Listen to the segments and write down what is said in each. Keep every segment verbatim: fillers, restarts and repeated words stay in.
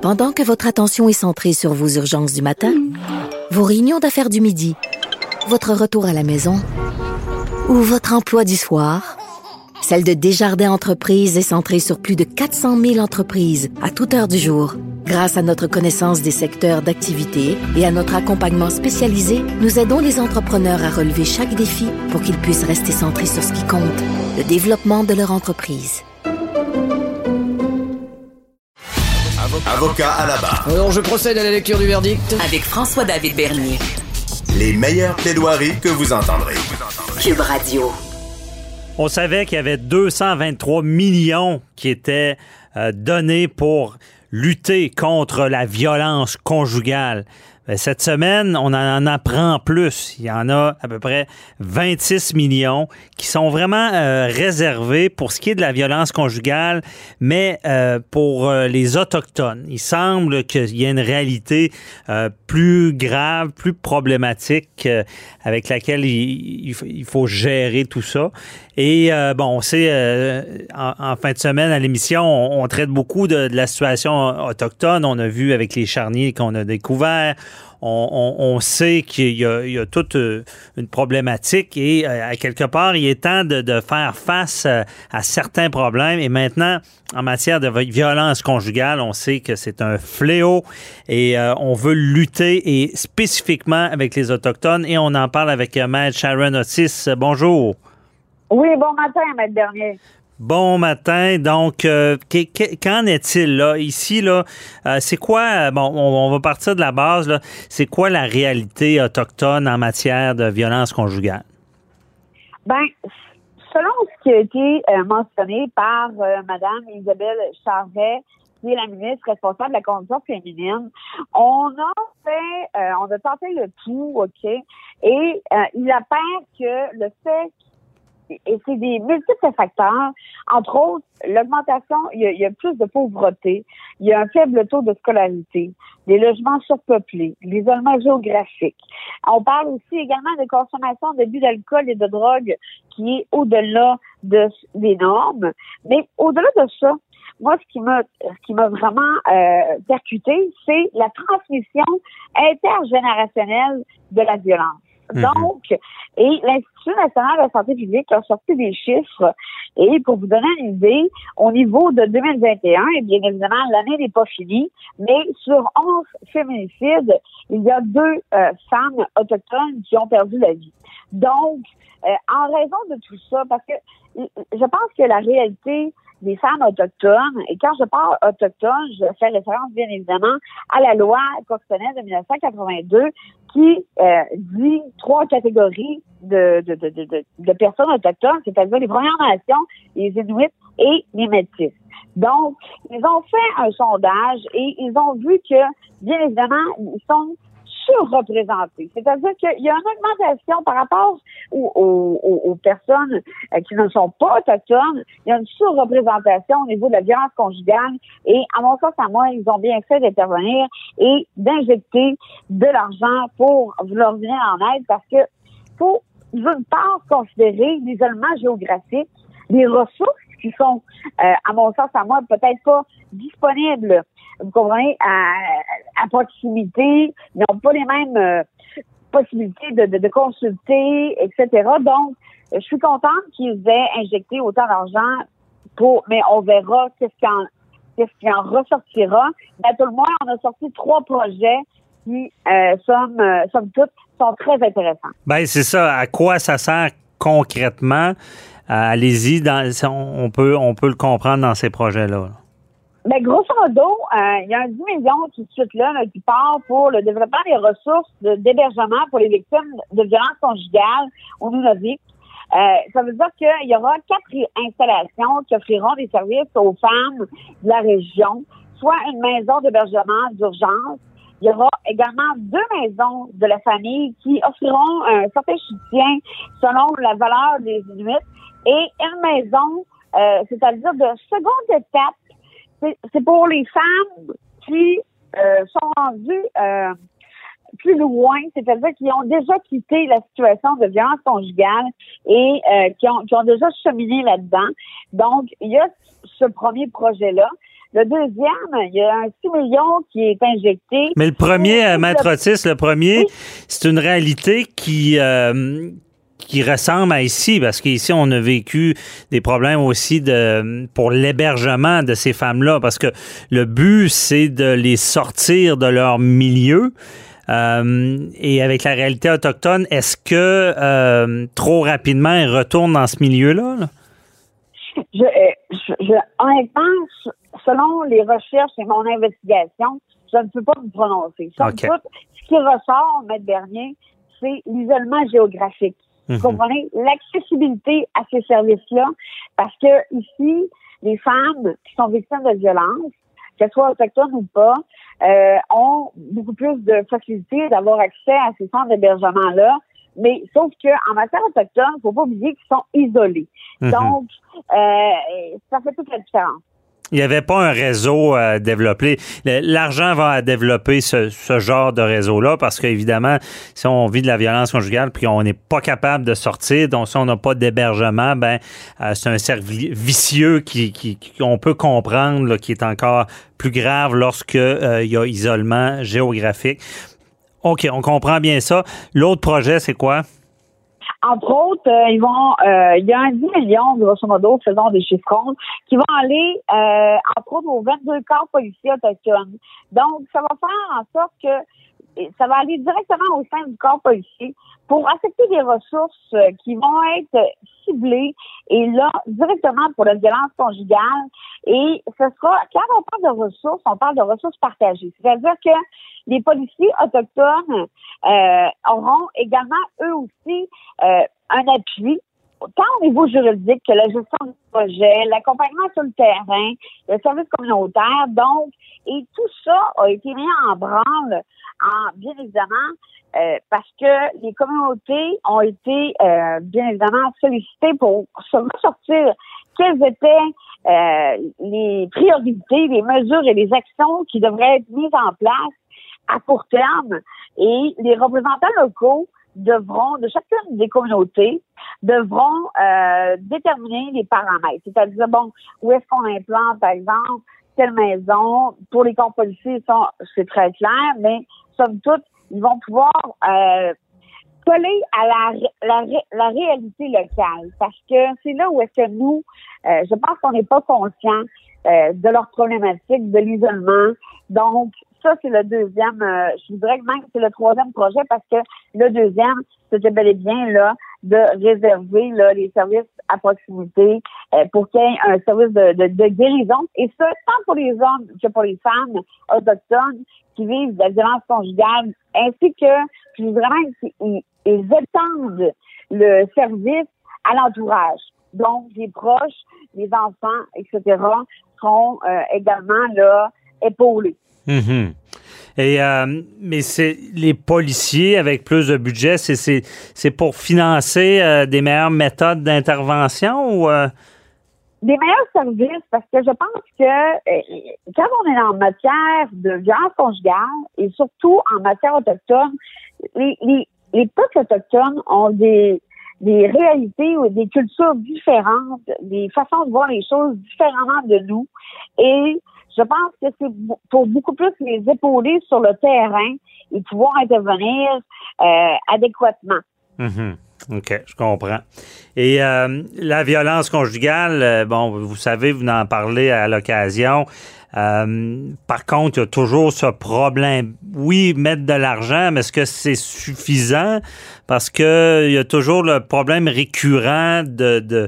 Pendant que votre attention est centrée sur vos urgences du matin, vos réunions d'affaires du midi, votre retour à la maison ou votre emploi du soir, celle de Desjardins Entreprises est centrée sur plus de quatre cent mille entreprises à toute heure du jour. Grâce à notre connaissance des secteurs d'activité et à notre accompagnement spécialisé, nous aidons les entrepreneurs à relever chaque défi pour qu'ils puissent rester centrés sur ce qui compte, le développement de leur entreprise. Avocat à la barre. Alors, je procède à la lecture du verdict. Avec François-David Bernier. Les meilleures plaidoiries que vous entendrez. Cube Radio. On savait qu'il y avait deux cent vingt-trois millions qui étaient euh, donnés pour lutter contre la violence conjugale. Cette semaine, on en apprend plus. Il y en a à peu près vingt-six millions qui sont vraiment euh, réservés pour ce qui est de la violence conjugale, mais euh, pour euh, les Autochtones. Il semble qu'il y ait une réalité euh, plus grave, plus problématique euh, avec laquelle il, il faut gérer tout ça. Et euh, bon, on sait, euh, en, en fin de semaine à l'émission, on, on traite beaucoup de, de la situation autochtone. On a vu avec les charniers qu'on a découvert. On, on, on sait qu'il y a, il y a toute une problématique et euh, à quelque part, il est temps de, de faire face à, à certains problèmes. Et maintenant, en matière de violence conjugale, on sait que c'est un fléau et euh, on veut lutter et spécifiquement avec les Autochtones. Et on en parle avec euh, Maître Sharon Otis. Bonjour. Oui, bon matin, Maître Bernier. Bon matin. Donc, euh, qu'en est-il là? Ici, là, euh, c'est quoi, bon, on, on va partir de la base, là, c'est quoi la réalité autochtone en matière de violence conjugale? Bien, selon ce qui a été euh, mentionné par euh, Mme Isabelle Charret, qui est la ministre responsable de la condition féminine, on a fait, euh, on a tenté le tout, OK, et euh, il apparaît que le fait et c'est des multiples facteurs. Entre autres, l'augmentation, il y, a, il y a plus de pauvreté, il y a un faible taux de scolarité, des logements surpeuplés, l'isolement géographique. On parle aussi également de consommation d'abus d'alcool et de drogue qui est au-delà de, des normes. Mais au-delà de ça, moi, ce qui m'a, ce qui m'a vraiment euh, percuté, c'est la transmission intergénérationnelle de la violence. Donc, et l'Institut national de la santé publique a sorti des chiffres. Et pour vous donner une idée, au niveau de deux mille vingt et un, et bien évidemment, l'année n'est pas finie, mais sur onze féminicides, il y a deux euh, femmes autochtones qui ont perdu la vie. Donc, euh, en raison de tout ça, parce que je pense que la réalité des femmes autochtones, et quand je parle autochtone, je fais référence bien évidemment à la loi constitutionnelle de dix-neuf cent quatre-vingt-deux qui euh, dit trois catégories de, de, de, de, de personnes autochtones, c'est-à-dire les Premières Nations, les Inuits et les Métis. Donc, ils ont fait un sondage et ils ont vu que, bien évidemment, ils sont surreprésentés. C'est-à-dire qu'il y a une augmentation par rapport aux, aux, aux personnes qui ne sont pas autochtones. Il y a une surreprésentation au niveau de la violence conjugale et, à mon sens, à moi, ils ont bien fait d'intervenir et d'injecter de l'argent pour leur venir en aide parce que faut, d'une part, considérer l'isolement géographique, les ressources qui sont, euh, à mon sens, à moi, peut-être pas disponibles, vous comprenez, à, à proximité, ils n'ont pas les mêmes euh, possibilités de, de, de consulter, et cetera. Donc, je suis contente qu'ils aient injecté autant d'argent pour, mais on verra qu'est-ce qui en, qu'est-ce qui en ressortira. Mais à tout le moins, on a sorti trois projets qui, euh, somme, euh, somme toute, sont très intéressants. Ben c'est ça. À quoi ça sert concrètement? Euh, allez-y, dans, on peut, on peut le comprendre dans ces projets-là. Ben, grosso modo, euh, il y a un dix millions tout de suite là, là qui part pour le développement des ressources de, d'hébergement pour les victimes de violences conjugales au Nunavik. Euh, ça veut dire qu'il y aura quatre installations qui offriront des services aux femmes de la région, soit une maison d'hébergement d'urgence. Il y aura également deux maisons de la famille qui offriront un certain soutien selon la valeur des Inuits et une maison, euh, c'est-à-dire de seconde étape. C'est, c'est pour les femmes qui euh, sont rendues euh, plus loin, c'est-à-dire qui ont déjà quitté la situation de violence conjugale et euh, qui ont qui ont déjà cheminé là-dedans. Donc, il y a ce premier projet-là. Le deuxième, il y a un six millions qui est injecté. Mais le premier, euh, Maître le... Otis, le premier, oui. c'est une réalité qui... Euh, qui ressemble à ici, parce qu'ici, on a vécu des problèmes aussi de pour l'hébergement de ces femmes-là, parce que le but, c'est de les sortir de leur milieu. Euh, et avec la réalité autochtone, est-ce que euh, trop rapidement, elles retournent dans ce milieu-là? Là? Je, je, je, honnêtement, selon les recherches et mon investigation, je ne peux pas me prononcer. Somme Okay. toute, ce qui ressort, Maître Bernier, c'est l'isolement géographique. Vous comprenez? L'accessibilité à ces services-là, parce que ici, les femmes qui sont victimes de violences, qu'elles soient autochtones ou pas, euh, ont beaucoup plus de facilité d'avoir accès à ces centres d'hébergement-là. Mais sauf que en matière autochtone, il ne faut pas oublier qu'ils sont isolés. Mm-hmm. Donc, euh, ça fait toute la différence. Il n'y avait pas un réseau euh, développé. L'argent va à développer ce, ce genre de réseau-là parce qu'évidemment, si on vit de la violence conjugale puis on n'est pas capable de sortir, donc si on n'a pas d'hébergement, ben euh, c'est un cercle vicieux qui, qui, qu'on peut comprendre là, qui est encore plus grave lorsque euh, il y a isolement géographique. OK, on comprend bien ça. L'autre projet, c'est quoi? Entre autres, euh, ils vont, euh, il y a un dix millions, grosso modo, faisons des chiffrons, qui vont aller, euh, entre autres, aux vingt-deux corps policiers autochtones. Donc, ça va faire en sorte que ça va aller directement au sein du corps policier pour affecter des ressources qui vont être ciblées et là, directement pour la violence conjugale. Et ce sera, quand on parle de ressources, on parle de ressources partagées. C'est-à-dire que les policiers autochtones euh, auront également, eux aussi, euh, un appui, tant au niveau juridique que la gestion du projet, l'accompagnement sur le terrain, le service communautaire. Donc, et tout ça a été mis en branle, en, bien évidemment, euh, parce que les communautés ont été, euh, bien évidemment, sollicitées pour se ressortir quelles étaient euh, les priorités, les mesures et les actions qui devraient être mises en place à court terme. Et les représentants locaux devront, de chacune des communautés, devront euh, déterminer les paramètres. C'est-à-dire, bon, où est-ce qu'on implante, par exemple, telle maison. Pour les corps policiers, ça, c'est très clair, mais somme toute, ils vont pouvoir euh, coller à la, la, la réalité locale. Parce que c'est là où est-ce que nous, euh, je pense qu'on n'est pas conscient euh, de leur problématique, de l'isolement. Donc, ça, c'est le deuxième, euh, je dirais que même que c'est le troisième projet parce que le deuxième, c'était bel et bien là de réserver là, les services à proximité euh, pour qu'il y ait un service de, de, de guérison. Et ça, tant pour les hommes que pour les femmes autochtones qui vivent de la violence conjugale, ainsi que, je voudrais même qu'ils ils étendent le service à l'entourage. Donc, les proches, les enfants, et cetera, seront euh, également là épaulés. Mm-hmm. Et euh, mais c'est les policiers avec plus de budget, c'est c'est c'est pour financer euh, des meilleures méthodes d'intervention ou euh... des meilleurs services parce que je pense que euh, quand on est en matière de violence conjugale et surtout en matière autochtone, les les les peuples autochtones ont des des réalités ou des cultures différentes, des façons de voir les choses différemment de nous et je pense que c'est pour beaucoup plus les épauler sur le terrain et pouvoir intervenir euh, adéquatement. Mm-hmm. OK, je comprends. Et euh, la violence conjugale, euh, bon, vous savez, vous en parlez à l'occasion. Euh, par contre, il y a toujours ce problème. Oui, mettre de l'argent, mais est-ce que c'est suffisant? Parce que il y a toujours le problème récurrent de, de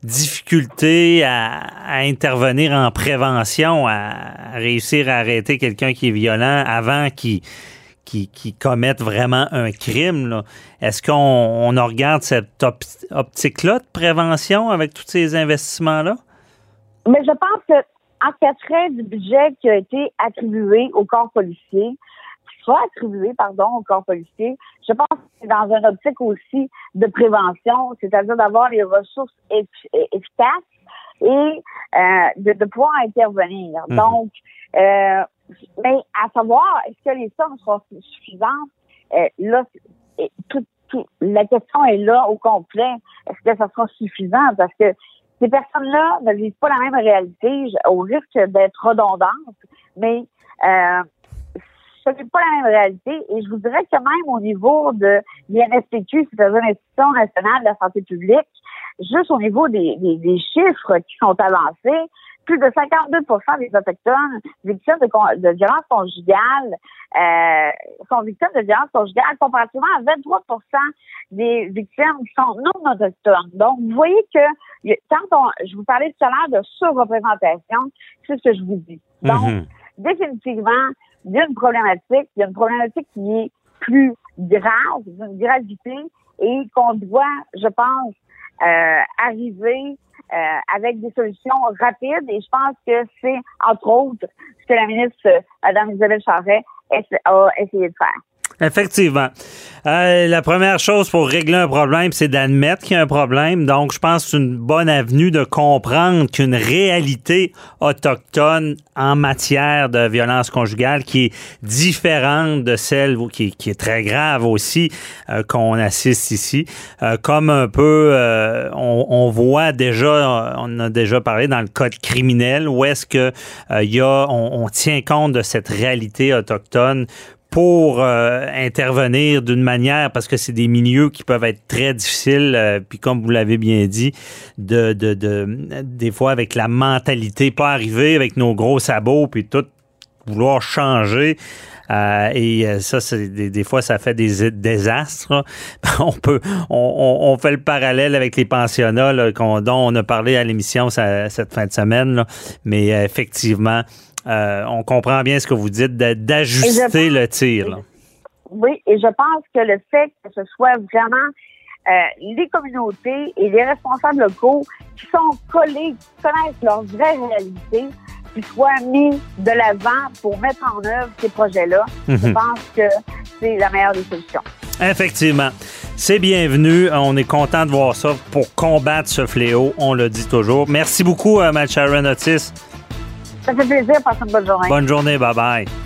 difficulté à, à intervenir en prévention, à, à réussir à arrêter quelqu'un qui est violent avant qu'il Qui, qui commettent vraiment un crime. Là. Est-ce qu'on on regarde cette op- optique-là de prévention avec tous ces investissements-là? Mais je pense que en cas du budget qui a été attribué au corps policier, qui sera attribué, pardon, au corps policier, je pense que c'est dans une optique aussi de prévention, c'est-à-dire d'avoir les ressources eff- efficaces et euh, de, de pouvoir intervenir. Mmh. Donc, euh, mais à savoir, est-ce que les sommes seront suffisantes? Euh, là, tout, tout, la question est là au complet. Est-ce que ça sera suffisant? Parce que ces personnes-là ne vivent pas la même réalité, au risque d'être redondantes, mais euh, ce n'est pas la même réalité. Et je vous dirais que même au niveau de l'I N S P Q, c'est-à-dire l'Institution nationale de la santé publique, juste au niveau des, des, des chiffres qui sont avancés, plus de cinquante-deux pour cent des Autochtones victimes de, de violences conjugales euh, sont victimes de violences conjugales, comparativement à vingt-trois pour cent des victimes qui sont non autochtones. Donc, vous voyez que quand on, je vous parlais tout à l'heure de surreprésentation, c'est ce que je vous dis. Donc, mm-hmm. définitivement, il y a une problématique, il y a une problématique qui est plus grave, d'une gravité, et qu'on doit, je pense, euh, arriver Euh, avec des solutions rapides, et je pense que c'est, entre autres, ce que la ministre, Mme Isabelle Charret, a essayé de faire. Effectivement. Euh, la première chose pour régler un problème, c'est d'admettre qu'il y a un problème. Donc, je pense que c'est une bonne avenue de comprendre qu'une réalité autochtone en matière de violence conjugale qui est différente de celle qui, qui est très grave aussi, euh, qu'on assiste ici. Euh, comme un peu, euh, on, on voit déjà, on a déjà parlé dans le code criminel, où est-ce que euh, il y a, on, on tient compte de cette réalité autochtone pour euh, intervenir d'une manière, parce que c'est des milieux qui peuvent être très difficiles, euh, puis comme vous l'avez bien dit, de, de, de des fois avec la mentalité, pas arriver avec nos gros sabots, puis tout vouloir changer. Euh, et ça, c'est des, des fois, ça fait des désastres. Là. On peut, on, on fait le parallèle avec les pensionnats là, qu'on, dont on a parlé à l'émission ça, cette fin de semaine. Là. Mais euh, effectivement, euh, on comprend bien ce que vous dites, de, d'ajuster pense, le tir. Là. Oui, et je pense que le fait que ce soit vraiment euh, les communautés et les responsables locaux qui sont collés, qui connaissent leur vraie réalité, qui soient mis de l'avant pour mettre en œuvre ces projets-là, mm-hmm. je pense que c'est la meilleure des solutions. Effectivement. C'est bienvenu. On est content de voir ça pour combattre ce fléau. On le dit toujours. Merci beaucoup, Mme Sharon Otis. Ça fait plaisir. Passez une bonne journée. Bonne journée. Bye-bye.